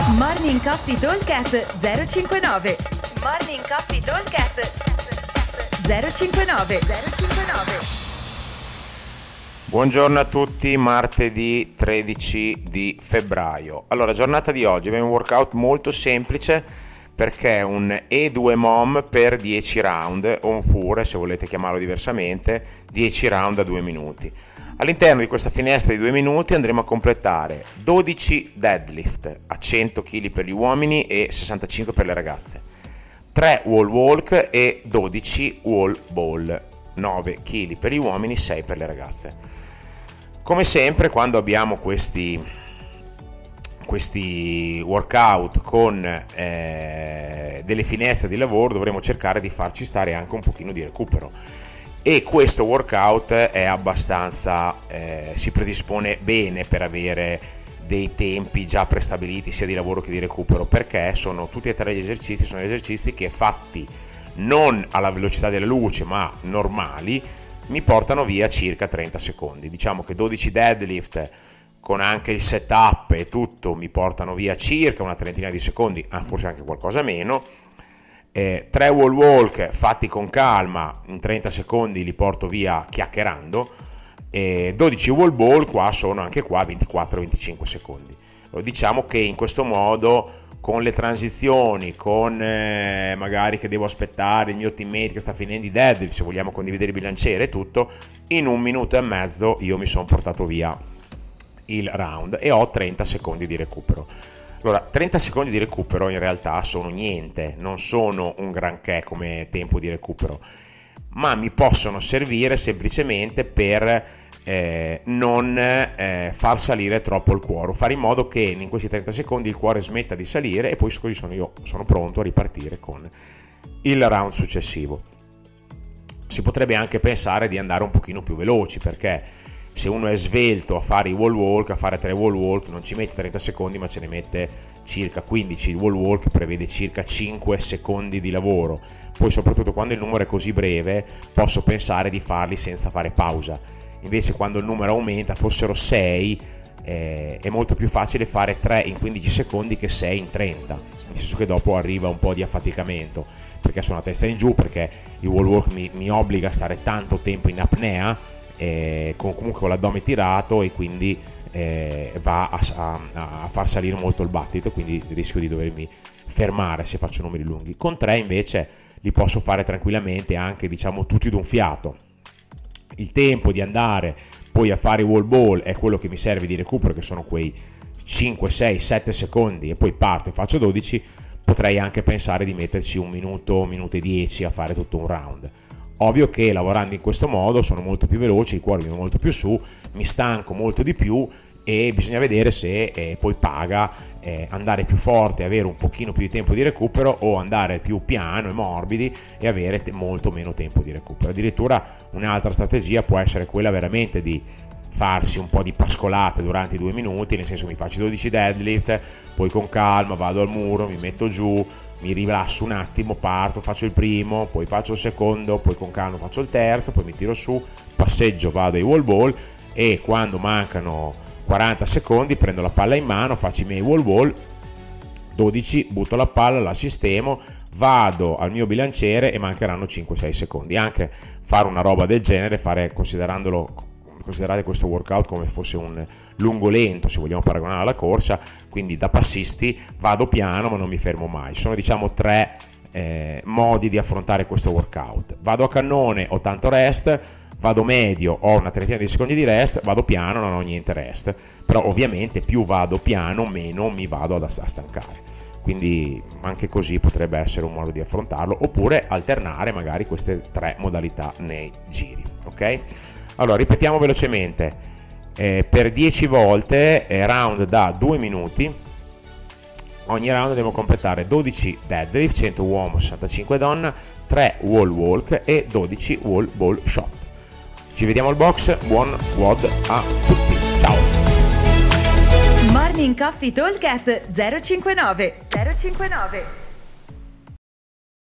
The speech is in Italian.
Morning Coffee Talkcast 059. Morning Coffee Talkcast 059. Buongiorno a tutti, martedì 13 di febbraio. Allora, giornata di oggi è un workout molto semplice perché è un E2 mom per 10 round, oppure, se volete chiamarlo diversamente, 10 round a 2 minuti. All'interno di questa finestra di 2 minuti andremo a completare 12 deadlift a 100 kg per gli uomini e 65 per le ragazze, 3 wall walk e 12 wall ball, 9 kg per gli uomini, 6 per le ragazze. Come sempre, quando abbiamo questi workout con delle finestre di lavoro, dovremo cercare di farci stare anche un pochino di recupero. E questo workout è abbastanza, si predispone bene per avere dei tempi già prestabiliti sia di lavoro che di recupero, perché sono tutti e tre gli esercizi, sono esercizi che fatti non alla velocità della luce ma normali mi portano via circa 30 secondi. Diciamo che 12 deadlift con anche il setup e tutto mi portano via circa una trentina di secondi, forse anche qualcosa meno. 3 wall walk fatti con calma in 30 secondi li porto via chiacchierando, e 12 wall ball qua sono anche qua 24-25 secondi. Diciamo che in questo modo, con le transizioni, con magari che devo aspettare il mio teammate che sta finendo i deadlift, se vogliamo condividere il bilanciere e tutto, in 1 minuto e mezzo io mi sono portato via il round e ho 30 secondi di recupero. Allora, 30 secondi di recupero in realtà sono niente, non sono un granché come tempo di recupero, ma mi possono servire semplicemente per non far salire troppo il cuore, fare in modo che in questi 30 secondi il cuore smetta di salire e poi così sono pronto a ripartire con il round successivo. Si potrebbe anche pensare di andare un pochino più veloci, perché se uno è svelto a fare i wall walk, a fare 3 wall walk, non ci mette 30 secondi ma ce ne mette circa 15. Il wall walk prevede circa 5 secondi di lavoro. Poi soprattutto quando il numero è così breve posso pensare di farli senza fare pausa. Invece quando il numero aumenta, fossero 6, è molto più facile fare 3 in 15 secondi che 6 in 30. Nel senso che dopo arriva un po' di affaticamento, perché sono a testa in giù, perché il wall walk mi obbliga a stare tanto tempo in apnea, comunque con l'addome tirato, e quindi va a far salire molto il battito, quindi rischio di dovermi fermare se faccio numeri lunghi. Con 3 invece li posso fare tranquillamente, anche diciamo tutti d'un fiato. Il tempo di andare poi a fare i wall ball è quello che mi serve di recupero, che sono quei 5, 6, 7 secondi, e poi parto e faccio 12. Potrei anche pensare di metterci 1 minuto, 1 minuto e 10 a fare tutto un round. Ovvio che lavorando in questo modo sono molto più veloce, il cuore mi va molto più su, mi stanco molto di più, e bisogna vedere se poi paga andare più forte e avere un pochino più di tempo di recupero, o andare più piano e morbidi e avere molto meno tempo di recupero. Addirittura un'altra strategia può essere quella veramente di farsi un po' di pascolate durante i 2 minuti, nel senso mi faccio 12 deadlift, poi con calma vado al muro, mi metto giù, mi rilasso un attimo, parto, faccio il primo, poi faccio il secondo, poi con calma faccio il terzo, poi mi tiro su, passeggio, vado ai wall ball, e quando mancano 40 secondi prendo la palla in mano, faccio i miei wall ball, 12, butto la palla, la sistemo, vado al mio bilanciere e mancheranno 5-6 secondi. Anche fare una roba del genere, considerate questo workout come fosse un lungo lento, se vogliamo paragonare alla corsa, quindi da passisti vado piano ma non mi fermo mai. Sono diciamo 3 modi di affrontare questo workout. Vado a cannone, ho tanto rest; vado medio, ho una trentina di secondi di rest; vado piano, non ho niente rest. Però ovviamente più vado piano, meno mi vado a stancare. Quindi anche così potrebbe essere un modo di affrontarlo, oppure alternare magari queste 3 modalità nei giri, ok? Allora, ripetiamo velocemente, per 10 volte, round da 2 minuti. Ogni round devo completare 12 deadlift, 100 uomo, 65 donna, 3 wall walk e 12 wall ball shot. Ci vediamo al box, buon WOD a tutti, ciao! Morning Coffee Talk 059.